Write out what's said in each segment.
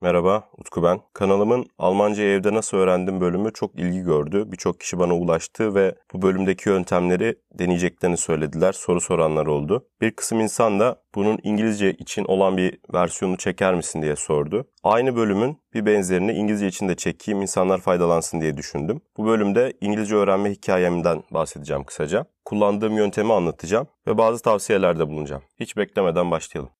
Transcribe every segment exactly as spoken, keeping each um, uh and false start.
Merhaba, Utku ben. Kanalımın Almancayı evde nasıl öğrendim bölümü çok ilgi gördü. Birçok kişi bana ulaştı ve bu bölümdeki yöntemleri deneyeceklerini söylediler. Soru soranlar oldu. Bir kısım insan da bunun İngilizce için olan bir versiyonunu çeker misin diye sordu. Aynı bölümün bir benzerini İngilizce için de çekeyim, insanlar faydalansın diye düşündüm. Bu bölümde İngilizce öğrenme hikayemden bahsedeceğim kısaca. Kullandığım yöntemi anlatacağım ve bazı tavsiyelerde bulunacağım. Hiç beklemeden başlayalım.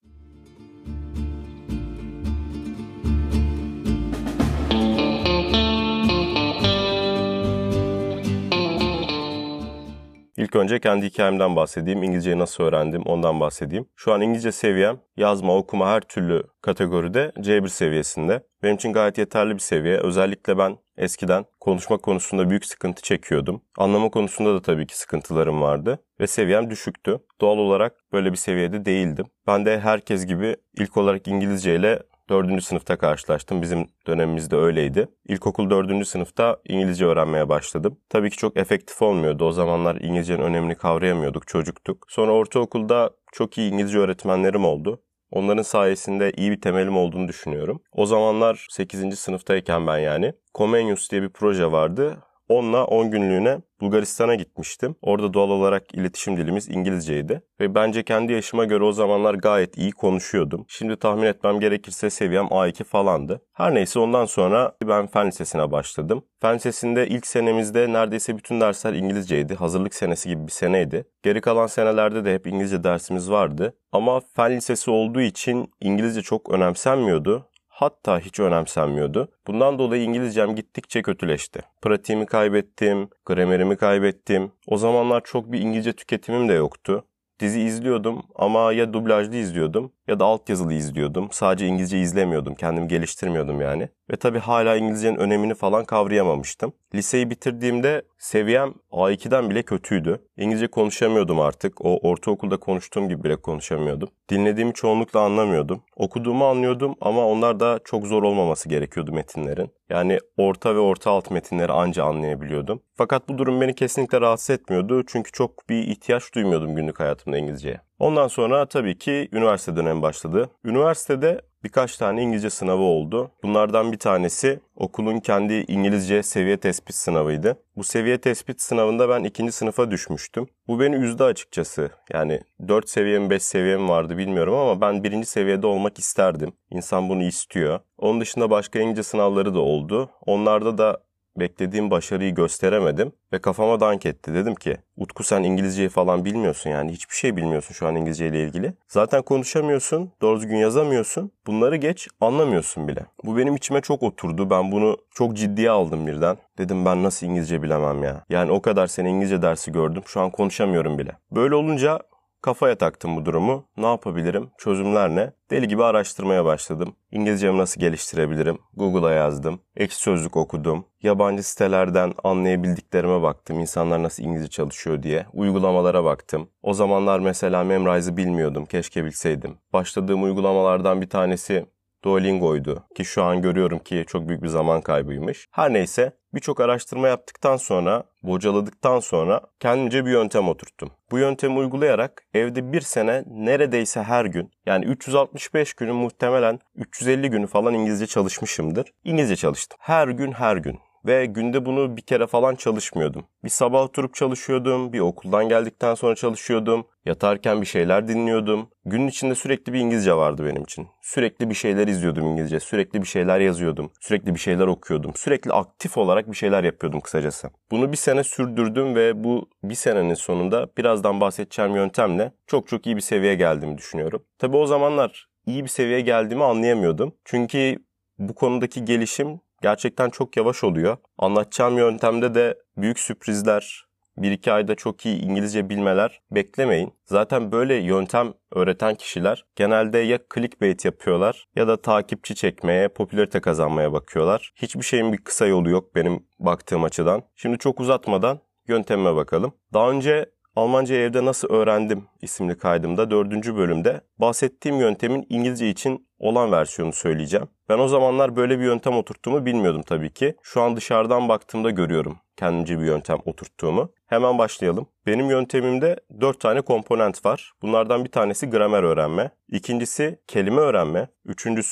İlk önce kendi hikayemden bahsedeyim. İngilizceyi nasıl öğrendim ondan bahsedeyim. Şu an İngilizce seviyem yazma, okuma her türlü kategoride C bir seviyesinde. Benim için gayet yeterli bir seviye. Özellikle ben eskiden konuşma konusunda büyük sıkıntı çekiyordum. Anlama konusunda da tabii ki sıkıntılarım vardı ve seviyem düşüktü. Doğal olarak böyle bir seviyede değildim. Ben de herkes gibi ilk olarak İngilizce ile dördüncü sınıfta karşılaştım. Bizim dönemimizde öyleydi. İlkokul dördüncü sınıfta İngilizce öğrenmeye başladım. Tabii ki çok efektif olmuyordu. O zamanlar İngilizcenin önemini kavrayamıyorduk, çocuktuk. Sonra ortaokulda çok iyi İngilizce öğretmenlerim oldu. Onların sayesinde iyi bir temelim olduğunu düşünüyorum. O zamanlar sekizinci sınıftayken ben yani Comenius diye bir proje vardı. Onunla on günlüğüne Bulgaristan'a gitmiştim. Orada doğal olarak iletişim dilimiz İngilizceydi. Ve bence kendi yaşıma göre o zamanlar gayet iyi konuşuyordum. Şimdi tahmin etmem gerekirse seviyem A iki falandı. Her neyse ondan sonra ben fen lisesine başladım. Fen lisesinde ilk senemizde neredeyse bütün dersler İngilizceydi. Hazırlık senesi gibi bir seneydi. Geri kalan senelerde de hep İngilizce dersimiz vardı. Ama fen lisesi olduğu için İngilizce çok önemsenmiyordu. Hatta hiç önemsenmiyordu. Bundan dolayı İngilizcem gittikçe kötüleşti. Pratiğimi kaybettim, gramerimi kaybettim. O zamanlar çok bir İngilizce tüketimim de yoktu. Dizi izliyordum ama ya dublajlı izliyordum ya da altyazılı izliyordum. Sadece İngilizce izlemiyordum, kendimi geliştirmiyordum yani. Ve tabii hala İngilizcenin önemini falan kavrayamamıştım. Liseyi bitirdiğimde seviyem A iki'den bile kötüydü. İngilizce konuşamıyordum artık. O ortaokulda konuştuğum gibi bile konuşamıyordum. Dinlediğimi çoğunlukla anlamıyordum. Okuduğumu anlıyordum ama onlar da çok zor olmaması gerekiyordu metinlerin. Yani orta ve orta alt metinleri anca anlayabiliyordum. Fakat bu durum beni kesinlikle rahatsız etmiyordu. Çünkü çok bir ihtiyaç duymuyordum günlük hayatımda İngilizceye. Ondan sonra tabii ki üniversite dönemi başladı. Üniversitede birkaç tane İngilizce sınavı oldu. Bunlardan bir tanesi okulun kendi İngilizce seviye tespit sınavıydı. Bu seviye tespit sınavında ben ikinci sınıfa düşmüştüm. Bu beni üzdü açıkçası. Yani dört seviye mi beş seviye mi vardı bilmiyorum ama ben birinci seviyede olmak isterdim. İnsan bunu istiyor. Onun dışında başka İngilizce sınavları da oldu. Onlarda da beklediğim başarıyı gösteremedim ve kafama dank etti. Dedim ki Utku sen İngilizceyi falan bilmiyorsun yani hiçbir şey bilmiyorsun şu an İngilizce ile ilgili. Zaten konuşamıyorsun, doğru düzgün yazamıyorsun. Bunları geç anlamıyorsun bile. Bu benim içime çok oturdu. Ben bunu çok ciddiye aldım birden. Dedim ben nasıl İngilizce bilemem ya. Yani o kadar sene İngilizce dersi gördüm. Şu an konuşamıyorum bile. Böyle olunca kafaya taktım bu durumu. Ne yapabilirim? Çözümler ne? Deli gibi araştırmaya başladım. İngilizcemi nasıl geliştirebilirim? Google'a yazdım. Ekşi Sözlük okudum. Yabancı sitelerden anlayabildiklerime baktım. İnsanlar nasıl İngilizce çalışıyor diye. Uygulamalara baktım. O zamanlar mesela Memrise'ı bilmiyordum. Keşke bilseydim. Başladığım uygulamalardan bir tanesi Duolingo'ydu. Ki şu an görüyorum ki çok büyük bir zaman kaybıymış. Her neyse birçok araştırma yaptıktan sonra, bocaladıktan sonra kendimce bir yöntem oturttum. Bu yöntemi uygulayarak evde bir sene neredeyse her gün yani üç yüz altmış beş günü muhtemelen üç yüz elli günü falan İngilizce çalışmışımdır. İngilizce çalıştım. Her gün her gün. Ve günde bunu bir kere falan çalışmıyordum. Bir sabah oturup çalışıyordum, bir okuldan geldikten sonra çalışıyordum, yatarken bir şeyler dinliyordum. Günün içinde sürekli bir İngilizce vardı benim için. Sürekli bir şeyler izliyordum İngilizce, sürekli bir şeyler yazıyordum, sürekli bir şeyler okuyordum. Sürekli aktif olarak bir şeyler yapıyordum kısacası. Bunu bir sene sürdürdüm ve bu bir senenin sonunda birazdan bahsedeceğim yöntemle çok çok iyi bir seviyeye geldiğimi düşünüyorum. Tabii o zamanlar iyi bir seviyeye geldiğimi anlayamıyordum. Çünkü bu konudaki gelişim gerçekten çok yavaş oluyor. Anlatacağım yöntemde de büyük sürprizler, bir iki ayda çok iyi İngilizce bilmeler beklemeyin. Zaten böyle yöntem öğreten kişiler genelde ya clickbait yapıyorlar ya da takipçi çekmeye, popülarite kazanmaya bakıyorlar. Hiçbir şeyin bir kısa yolu yok benim baktığım açıdan. Şimdi çok uzatmadan yöntemime bakalım. Daha önce Almancayı evde nasıl öğrendim isimli kaydımda dördüncü bölümde bahsettiğim yöntemin İngilizce için olan versiyonu söyleyeceğim. Ben o zamanlar böyle bir yöntem oturttuğumu bilmiyordum tabii ki. Şu an dışarıdan baktığımda görüyorum kendimce bir yöntem oturttuğumu. Hemen başlayalım. Benim yöntemimde dört tane komponent var. Bunlardan bir tanesi gramer öğrenme, ikincisi kelime öğrenme, üçüncüsü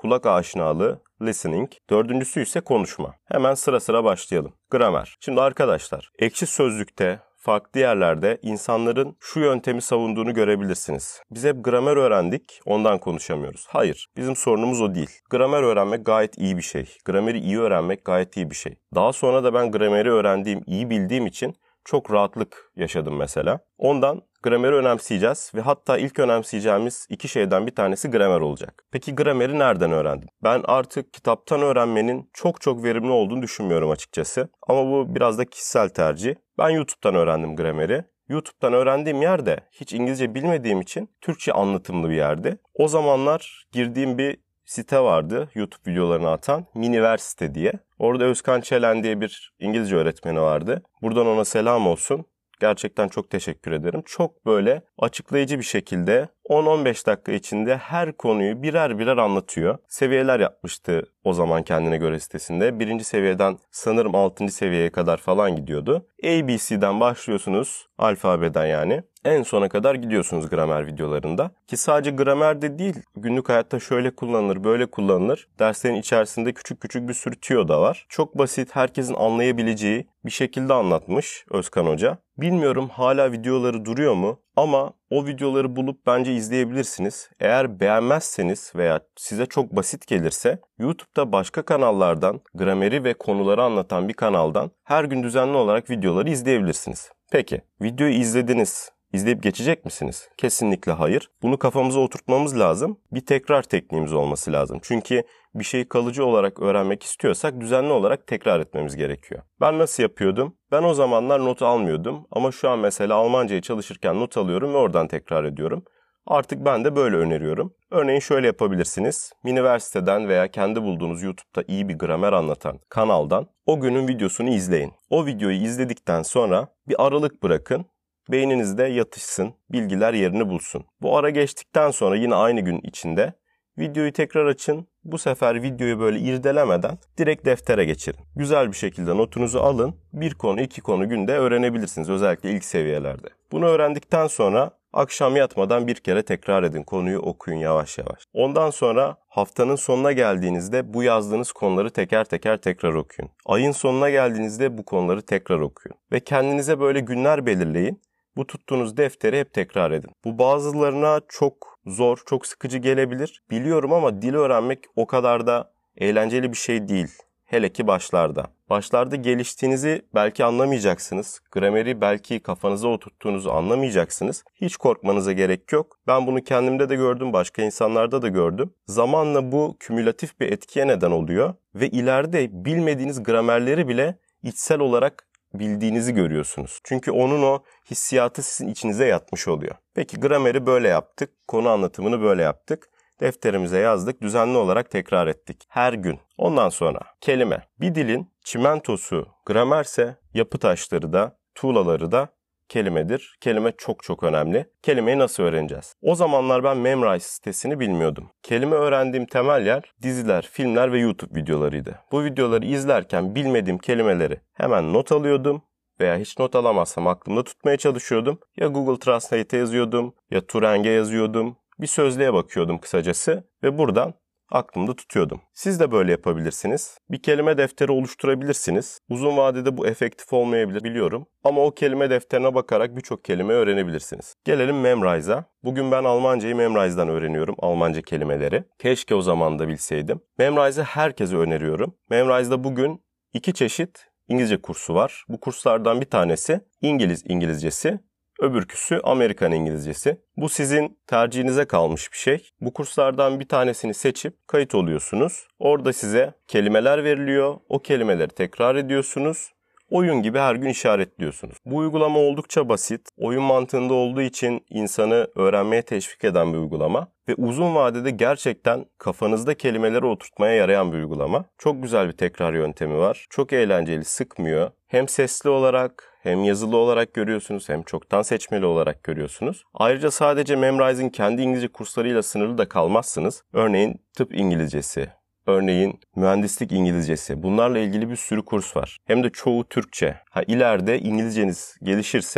kulak aşinalığı, listening. Dördüncüsü ise konuşma. Hemen sıra sıra başlayalım. Gramer. Şimdi arkadaşlar, Ekşi Sözlük'te, farklı yerlerde insanların şu yöntemi savunduğunu görebilirsiniz. Biz hep gramer öğrendik, ondan konuşamıyoruz. Hayır, bizim sorunumuz o değil. Gramer öğrenmek gayet iyi bir şey. Grameri iyi öğrenmek gayet iyi bir şey. Daha sonra da ben grameri öğrendiğim, iyi bildiğim için çok rahatlık yaşadım mesela. Ondan grameri önemseyeceğiz ve hatta ilk önemseyeceğimiz iki şeyden bir tanesi gramer olacak. Peki grameri nereden öğrendim? Ben artık kitaptan öğrenmenin çok çok verimli olduğunu düşünmüyorum açıkçası. Ama bu biraz da kişisel tercih. Ben YouTube'dan öğrendim grameri. YouTube'dan öğrendiğim yer de hiç İngilizce bilmediğim için Türkçe anlatımlı bir yerdi. O zamanlar girdiğim bir site vardı, YouTube videolarını atan, Miniversite diye. Orada Özkan Çelen diye bir İngilizce öğretmeni vardı. Buradan ona selam olsun. Gerçekten çok teşekkür ederim. Çok böyle açıklayıcı bir şekilde on on beş dakika içinde her konuyu birer birer anlatıyor. Seviyeler yapmıştı o zaman kendine göre sitesinde. Birinci seviyeden sanırım altıncı seviyeye kadar falan gidiyordu. A B C'den başlıyorsunuz, alfabeden yani. En sona kadar gidiyorsunuz gramer videolarında. Ki sadece gramerde değil, günlük hayatta şöyle kullanılır, böyle kullanılır. Derslerin içerisinde küçük küçük bir sürü tüyo da var. Çok basit, herkesin anlayabileceği bir şekilde anlatmış Özkan Hoca. Bilmiyorum hala videoları duruyor mu? Ama o videoları bulup bence izleyebilirsiniz. Eğer beğenmezseniz veya size çok basit gelirse YouTube'da başka kanallardan, grameri ve konuları anlatan bir kanaldan her gün düzenli olarak videoları izleyebilirsiniz. Peki, videoyu izlediniz. İzleyip geçecek misiniz? Kesinlikle hayır. Bunu kafamıza oturtmamız lazım. Bir tekrar tekniğimiz olması lazım. Çünkü bir şeyi kalıcı olarak öğrenmek istiyorsak düzenli olarak tekrar etmemiz gerekiyor. Ben nasıl yapıyordum? Ben o zamanlar not almıyordum. Ama şu an mesela Almancayı çalışırken not alıyorum ve oradan tekrar ediyorum. Artık ben de böyle öneriyorum. Örneğin şöyle yapabilirsiniz. Üniversiteden veya kendi bulduğunuz YouTube'da iyi bir gramer anlatan kanaldan o günün videosunu izleyin. O videoyu izledikten sonra bir aralık bırakın. Beyninizde yatışsın, bilgiler yerini bulsun. Bu ara geçtikten sonra yine aynı gün içinde videoyu tekrar açın. Bu sefer videoyu böyle irdelemeden direkt deftere geçirin. Güzel bir şekilde notunuzu alın. Bir konu, iki konu günde öğrenebilirsiniz. Özellikle ilk seviyelerde. Bunu öğrendikten sonra akşam yatmadan bir kere tekrar edin. Konuyu okuyun yavaş yavaş. Ondan sonra haftanın sonuna geldiğinizde bu yazdığınız konuları teker teker tekrar okuyun. Ayın sonuna geldiğinizde bu konuları tekrar okuyun. Ve kendinize böyle günler belirleyin. Bu tuttuğunuz defteri hep tekrar edin. Bu bazılarına çok zor, çok sıkıcı gelebilir. Biliyorum ama dil öğrenmek o kadar da eğlenceli bir şey değil. Hele ki başlarda. Başlarda geliştiğinizi belki anlamayacaksınız. Grameri belki kafanıza oturttuğunuzu anlamayacaksınız. Hiç korkmanıza gerek yok. Ben bunu kendimde de gördüm, başka insanlarda da gördüm. Zamanla bu kümülatif bir etkiye neden oluyor. Ve ileride bilmediğiniz gramerleri bile içsel olarak bildiğinizi görüyorsunuz. Çünkü onun o hissiyatı sizin içinize yatmış oluyor. Peki grameri böyle yaptık, konu anlatımını böyle yaptık. Defterimize yazdık, düzenli olarak tekrar ettik. Her gün. Ondan sonra kelime. Bir dilin çimentosu gramerse yapı taşları da, tuğlaları da kelimedir. Kelime çok çok önemli. Kelimeyi nasıl öğreneceğiz? O zamanlar ben Memrise sitesini bilmiyordum. Kelime öğrendiğim temel yer diziler, filmler ve YouTube videolarıydı. Bu videoları izlerken bilmediğim kelimeleri hemen not alıyordum veya hiç not alamazsam aklımda tutmaya çalışıyordum. Ya Google Translate'e yazıyordum ya Tureng'e yazıyordum. Bir sözlüğe bakıyordum kısacası ve buradan aklımda tutuyordum. Siz de böyle yapabilirsiniz. Bir kelime defteri oluşturabilirsiniz. Uzun vadede bu efektif olmayabilir biliyorum. Ama o kelime defterine bakarak birçok kelime öğrenebilirsiniz. Gelelim Memrise'a. Bugün ben Almancayı Memrise'dan öğreniyorum. Almanca kelimeleri. Keşke o zaman da bilseydim. Memrise'ı herkese öneriyorum. Memrise'da bugün iki çeşit İngilizce kursu var. Bu kurslardan bir tanesi İngiliz İngilizcesi. Öbürküsü Amerikan İngilizcesi. Bu sizin tercihinize kalmış bir şey. Bu kurslardan bir tanesini seçip kayıt oluyorsunuz. Orada size kelimeler veriliyor. O kelimeleri tekrar ediyorsunuz. Oyun gibi her gün işaretliyorsunuz. Bu uygulama oldukça basit. Oyun mantığında olduğu için insanı öğrenmeye teşvik eden bir uygulama. Ve uzun vadede gerçekten kafanızda kelimeleri oturtmaya yarayan bir uygulama. Çok güzel bir tekrar yöntemi var. Çok eğlenceli, sıkmıyor. Hem sesli olarak hem yazılı olarak görüyorsunuz hem çoktan seçmeli olarak görüyorsunuz. Ayrıca sadece Memrise'in kendi İngilizce kurslarıyla sınırlı da kalmazsınız. Örneğin tıp İngilizcesi, örneğin mühendislik İngilizcesi. Bunlarla ilgili bir sürü kurs var. Hem de çoğu Türkçe. Ha, ileride İngilizceniz gelişirse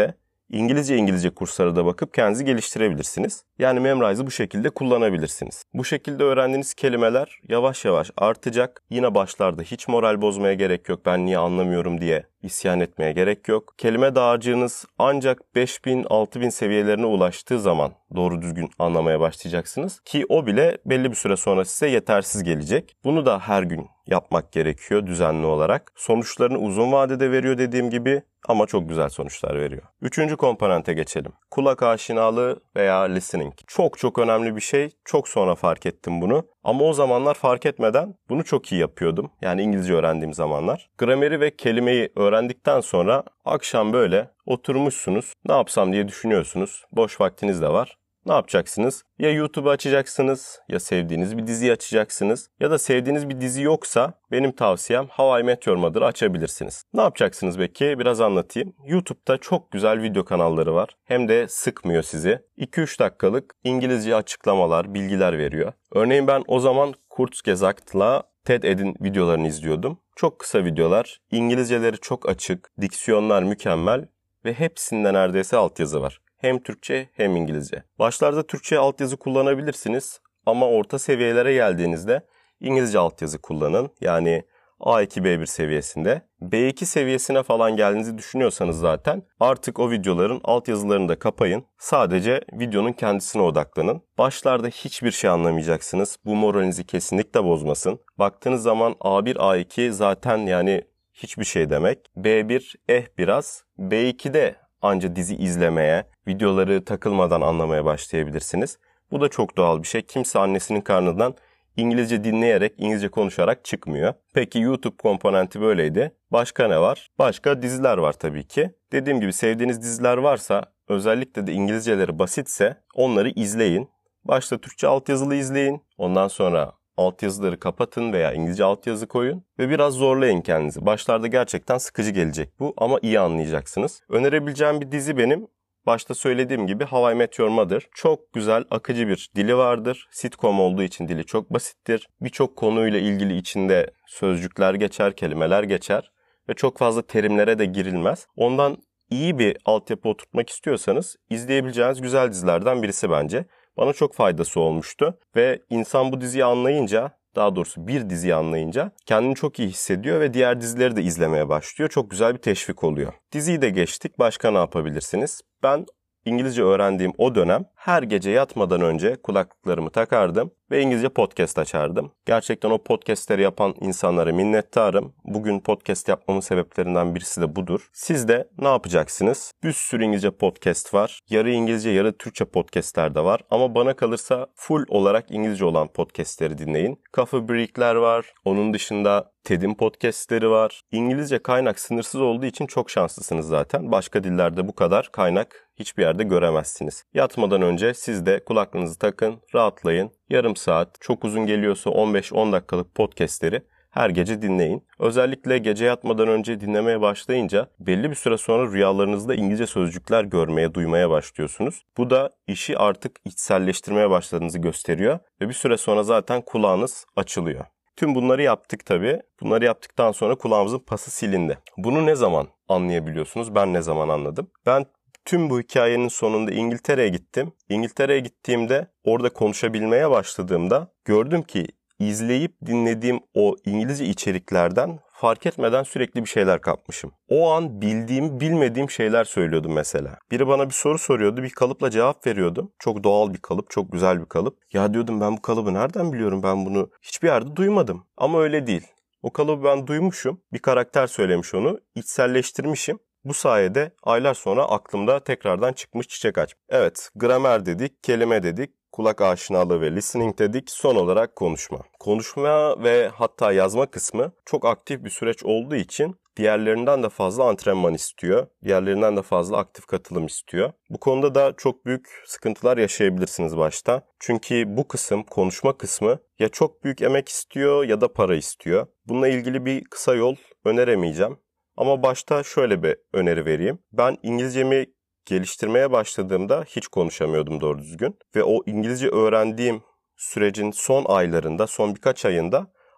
İngilizce İngilizce kurslara da bakıp kendinizi geliştirebilirsiniz. Yani Memrise'ı bu şekilde kullanabilirsiniz. Bu şekilde öğrendiğiniz kelimeler yavaş yavaş artacak. Yine başlarda hiç moral bozmaya gerek yok. Ben niye anlamıyorum diye isyan etmeye gerek yok. Kelime dağarcığınız ancak beş bin altı bin seviyelerine ulaştığı zaman doğru düzgün anlamaya başlayacaksınız. Ki o bile belli bir süre sonra size yetersiz gelecek. Bunu da her gün yapmak gerekiyor düzenli olarak. Sonuçlarını uzun vadede veriyor dediğim gibi ama çok güzel sonuçlar veriyor. Üçüncü komponente geçelim. Kulak aşinalığı veya listening. Çok çok önemli bir şey. Çok sonra fark ettim bunu. Ama o zamanlar fark etmeden bunu çok iyi yapıyordum. Yani İngilizce öğrendiğim zamanlar. Grameri ve kelimeyi öğrendikten sonra akşam böyle oturmuşsunuz. Ne yapsam diye düşünüyorsunuz. Boş vaktiniz de var. Ne yapacaksınız? Ya YouTube'u açacaksınız, ya sevdiğiniz bir diziyi açacaksınız, ya da sevdiğiniz bir dizi yoksa benim tavsiyem How I Met Your Mother'ı açabilirsiniz. Ne yapacaksınız peki? Biraz anlatayım. YouTube'da çok güzel video kanalları var. Hem de sıkmıyor sizi. iki üç dakikalık İngilizce açıklamalar, bilgiler veriyor. Örneğin ben o zaman Kurzgesagt'la TED Ed'in videolarını izliyordum. Çok kısa videolar, İngilizceleri çok açık, diksiyonlar mükemmel ve hepsinde neredeyse altyazı var. Hem Türkçe hem İngilizce. Başlarda Türkçe altyazı kullanabilirsiniz ama orta seviyelere geldiğinizde İngilizce altyazı kullanın. Yani A iki B bir seviyesinde. B iki seviyesine falan geldiğinizi düşünüyorsanız zaten artık o videoların altyazılarını da kapayın. Sadece videonun kendisine odaklanın. Başlarda hiçbir şey anlamayacaksınız. Bu moralinizi kesinlikle bozmasın. Baktığınız zaman A bir A iki zaten yani hiçbir şey demek. B bir eh biraz. B iki'de anca dizi izlemeye, videoları takılmadan anlamaya başlayabilirsiniz. Bu da çok doğal bir şey. Kimse annesinin karnından İngilizce dinleyerek, İngilizce konuşarak çıkmıyor. Peki YouTube komponenti böyleydi. Başka ne var? Başka diziler var tabii ki. Dediğim gibi sevdiğiniz diziler varsa, özellikle de İngilizceleri basitse onları izleyin. Başta Türkçe altyazılı izleyin. Ondan sonra altyazıları kapatın veya İngilizce altyazı koyun ve biraz zorlayın kendinizi. Başlarda gerçekten sıkıcı gelecek bu ama iyi anlayacaksınız. Önerebileceğim bir dizi benim. Başta söylediğim gibi How I Met Your Mother. Çok güzel, akıcı bir dili vardır. Sitcom olduğu için dili çok basittir. Birçok konuyla ilgili içinde sözcükler geçer, kelimeler geçer ve çok fazla terimlere de girilmez. Ondan iyi bir altyapı oturtmak istiyorsanız izleyebileceğiniz güzel dizilerden birisi bence. Bana çok faydası olmuştu ve insan bu diziyi anlayınca, daha doğrusu bir diziyi anlayınca kendini çok iyi hissediyor ve diğer dizileri de izlemeye başlıyor. Çok güzel bir teşvik oluyor. Diziyi de geçtik. Başka ne yapabilirsiniz? Ben İngilizce öğrendiğim o dönem her gece yatmadan önce kulaklıklarımı takardım ve İngilizce podcast açardım. Gerçekten o podcastleri yapan insanlara minnettarım. Bugün podcast yapmamın sebeplerinden birisi de budur. Siz de ne yapacaksınız? Bir sürü İngilizce podcast var. Yarı İngilizce, yarı Türkçe podcastler de var. Ama bana kalırsa full olarak İngilizce olan podcastleri dinleyin. Coffee Break'ler var. Onun dışında TED'in podcastleri var. İngilizce kaynak sınırsız olduğu için çok şanslısınız zaten. Başka dillerde bu kadar kaynak hiçbir yerde göremezsiniz. Yatmadan önce siz de kulaklığınızı takın, rahatlayın. Yarım saat, çok uzun geliyorsa on beş on dakikalık podcastleri her gece dinleyin. Özellikle gece yatmadan önce dinlemeye başlayınca belli bir süre sonra rüyalarınızda İngilizce sözcükler görmeye, duymaya başlıyorsunuz. Bu da işi artık içselleştirmeye başladığınızı gösteriyor ve bir süre sonra zaten kulağınız açılıyor. Tüm bunları yaptık tabii. Bunları yaptıktan sonra kulağımızın pası silindi. Bunu ne zaman anlayabiliyorsunuz? Ben ne zaman anladım? Ben tüm bu hikayenin sonunda İngiltere'ye gittim. İngiltere'ye gittiğimde orada konuşabilmeye başladığımda gördüm ki izleyip dinlediğim o İngilizce içeriklerden fark etmeden sürekli bir şeyler kapmışım. O an bildiğim, bilmediğim şeyler söylüyordum mesela. Biri bana bir soru soruyordu, bir kalıpla cevap veriyordum. Çok doğal bir kalıp, çok güzel bir kalıp. Ya diyordum ben bu kalıbı nereden biliyorum? Ben bunu hiçbir yerde duymadım. Ama öyle değil. O kalıbı ben duymuşum. Bir karakter söylemiş onu. İçselleştirmişim. Bu sayede aylar sonra aklımda tekrardan çıkmış çiçek aç. Evet, gramer dedik, kelime dedik, kulak aşinalığı ve listening dedik. Son olarak konuşma. Konuşma ve hatta yazma kısmı çok aktif bir süreç olduğu için diğerlerinden de fazla antrenman istiyor. Diğerlerinden de fazla aktif katılım istiyor. Bu konuda da çok büyük sıkıntılar yaşayabilirsiniz başta. Çünkü bu kısım, konuşma kısmı ya çok büyük emek istiyor ya da para istiyor. Bununla ilgili bir kısa yol öneremeyeceğim. Ama başta şöyle bir öneri vereyim. Ben İngilizcemi geliştirmeye başladığımda hiç konuşamıyordum doğru düzgün. Ve o İngilizce öğrendiğim sürecin son aylarında, son birkaç ayında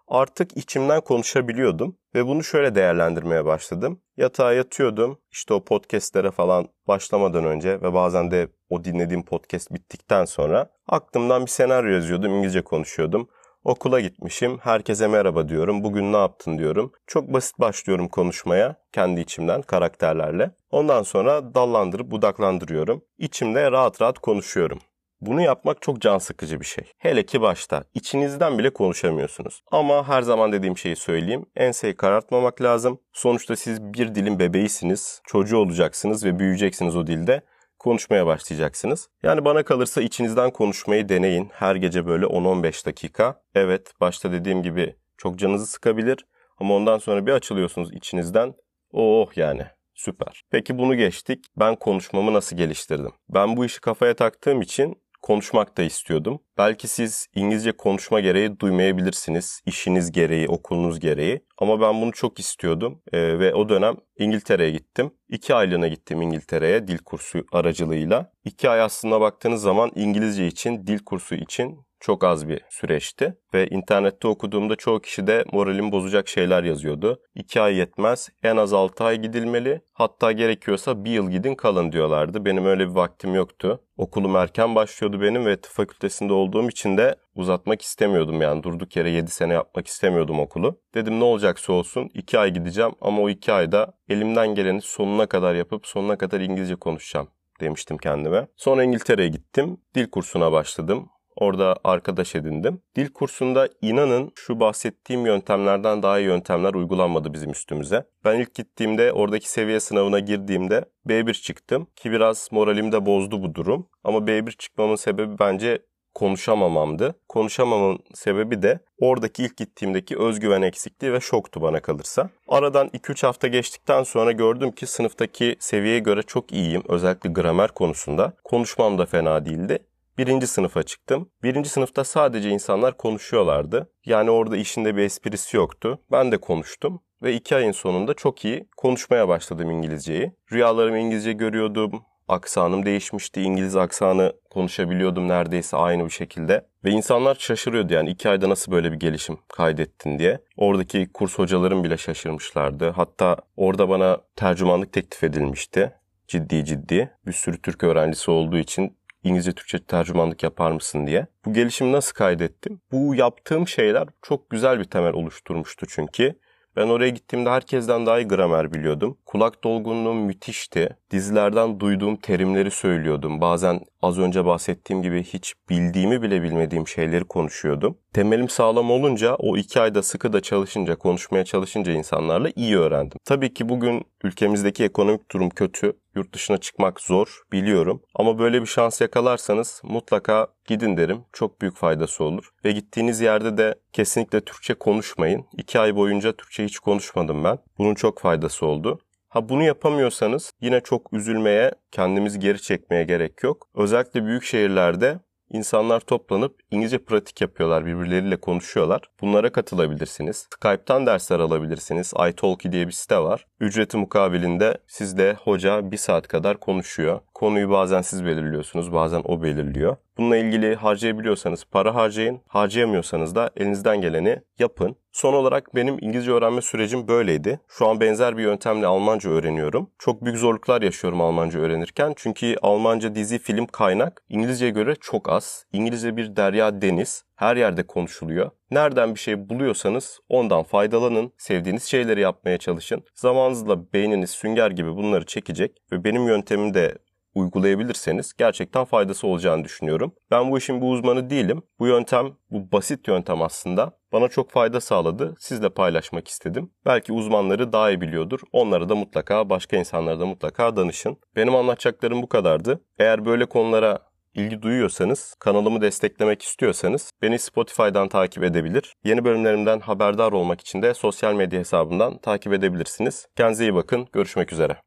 Artık içimden konuşabiliyordum ve bunu şöyle değerlendirmeye başladım. Yatağa yatıyordum, işte o podcastlere falan başlamadan önce ve bazen de o dinlediğim podcast bittikten sonra aklımdan bir senaryo yazıyordum, İngilizce konuşuyordum. Okula gitmişim, herkese merhaba diyorum, bugün ne yaptın diyorum. Çok basit başlıyorum konuşmaya, kendi içimden, karakterlerle. Ondan sonra dallandırıp budaklandırıyorum. İçimde rahat rahat konuşuyorum. Bunu yapmak çok can sıkıcı bir şey. Hele ki başta. İçinizden bile konuşamıyorsunuz. Ama her zaman dediğim şeyi söyleyeyim. Enseyi karartmamak lazım. Sonuçta siz bir dilin bebeğisiniz. Çocuğu olacaksınız ve büyüyeceksiniz o dilde. Konuşmaya başlayacaksınız. Yani bana kalırsa içinizden konuşmayı deneyin. Her gece böyle on on beş dakika. Evet, başta dediğim gibi çok canınızı sıkabilir. Ama ondan sonra bir açılıyorsunuz içinizden. Oh yani. Süper. Peki bunu geçtik. Ben konuşmamı nasıl geliştirdim? Ben bu işi kafaya taktığım için konuşmak da istiyordum. Belki siz İngilizce konuşma gereği duymayabilirsiniz. İşiniz gereği, okulunuz gereği. Ama ben bunu çok istiyordum. Ee, ve o dönem İngiltere'ye gittim. İki aylığına gittim İngiltere'ye dil kursu aracılığıyla. İki ay aslında baktığınız zaman İngilizce için, dil kursu için çok az bir süreçti ve internette okuduğumda çoğu kişi de moralimi bozacak şeyler yazıyordu. İki ay yetmez, en az altı ay gidilmeli, hatta gerekiyorsa bir yıl gidin kalın diyorlardı. Benim öyle bir vaktim yoktu. Okulum erken başlıyordu benim ve tıp fakültesinde olduğum için de uzatmak istemiyordum yani durduk yere yedi sene yapmak istemiyordum okulu. Dedim ne olacaksa olsun iki ay gideceğim ama o iki ayda elimden geleni sonuna kadar yapıp sonuna kadar İngilizce konuşacağım demiştim kendime. Sonra İngiltere'ye gittim, dil kursuna başladım. Orada arkadaş edindim. Dil kursunda inanın şu bahsettiğim yöntemlerden daha iyi yöntemler uygulanmadı bizim üstümüze. Ben ilk gittiğimde oradaki seviye sınavına girdiğimde B bir çıktım ki biraz moralimi de bozdu bu durum. Ama B bir çıkmamın sebebi bence konuşamamamdı. Konuşamamın sebebi de oradaki ilk gittiğimdeki özgüven eksikliği ve şoktu bana kalırsa. Aradan iki üç hafta geçtikten sonra gördüm ki sınıftaki seviyeye göre çok iyiyim. Özellikle gramer konusunda. Konuşmam da fena değildi. Birinci sınıfa çıktım. Birinci sınıfta sadece insanlar konuşuyorlardı. Yani orada işinde bir esprisi yoktu. Ben de konuştum ve iki ayın sonunda çok iyi konuşmaya başladım İngilizceyi. Rüyalarımı İngilizce görüyordum. Aksanım değişmişti. İngiliz aksanı konuşabiliyordum neredeyse aynı bir şekilde. Ve insanlar şaşırıyordu yani iki ayda nasıl böyle bir gelişim kaydettin diye. Oradaki kurs hocalarım bile şaşırmışlardı. Hatta orada bana tercümanlık teklif edilmişti. Ciddi ciddi. Bir sürü Türk öğrencisi olduğu için İngilizce Türkçe tercümanlık yapar mısın diye. Bu gelişimi nasıl kaydettim? Bu yaptığım şeyler çok güzel bir temel oluşturmuştu çünkü. Ben oraya gittiğimde herkesten daha iyi gramer biliyordum. Kulak dolgunluğum müthişti. Dizilerden duyduğum terimleri söylüyordum. Bazen az önce bahsettiğim gibi hiç bildiğimi bile bilmediğim şeyleri konuşuyordum. Temelim sağlam olunca o iki ayda sıkı da çalışınca, konuşmaya çalışınca insanlarla iyi öğrendim. Tabii ki bugün ülkemizdeki ekonomik durum kötü. Yurt dışına çıkmak zor biliyorum. Ama böyle bir şans yakalarsanız mutlaka gidin derim. Çok büyük faydası olur. Ve gittiğiniz yerde de kesinlikle Türkçe konuşmayın. İki ay boyunca Türkçe hiç konuşmadım ben. Bunun çok faydası oldu. Ha bunu yapamıyorsanız yine çok üzülmeye, kendimizi geri çekmeye gerek yok. Özellikle büyük şehirlerde İnsanlar toplanıp İngilizce pratik yapıyorlar, birbirleriyle konuşuyorlar. Bunlara katılabilirsiniz. Skype'tan dersler alabilirsiniz. italki diye bir site var. Ücreti mukabilinde sizde hoca bir saat kadar konuşuyor. Konuyu bazen siz belirliyorsunuz, bazen o belirliyor. Bununla ilgili harcayabiliyorsanız para harcayın, harcayamıyorsanız da elinizden geleni yapın. Son olarak benim İngilizce öğrenme sürecim böyleydi. Şu an benzer bir yöntemle Almanca öğreniyorum. Çok büyük zorluklar yaşıyorum Almanca öğrenirken. Çünkü Almanca dizi, film kaynak İngilizceye göre çok az. İngilizce bir derya deniz. Her yerde konuşuluyor. Nereden bir şey buluyorsanız ondan faydalanın. Sevdiğiniz şeyleri yapmaya çalışın. Zamanınızla beyniniz sünger gibi bunları çekecek ve benim yöntemimi de uygulayabilirseniz gerçekten faydası olacağını düşünüyorum. Ben bu işin bir uzmanı değilim. Bu yöntem, bu basit yöntem aslında bana çok fayda sağladı. Sizle paylaşmak istedim. Belki uzmanları daha iyi biliyordur. Onlara da mutlaka, başka insanlara da mutlaka danışın. Benim anlatacaklarım bu kadardı. Eğer böyle konulara ilgi duyuyorsanız, kanalımı desteklemek istiyorsanız beni Spotify'dan takip edebilir. Yeni bölümlerimden haberdar olmak için de sosyal medya hesabımdan takip edebilirsiniz. Kendinize iyi bakın. Görüşmek üzere.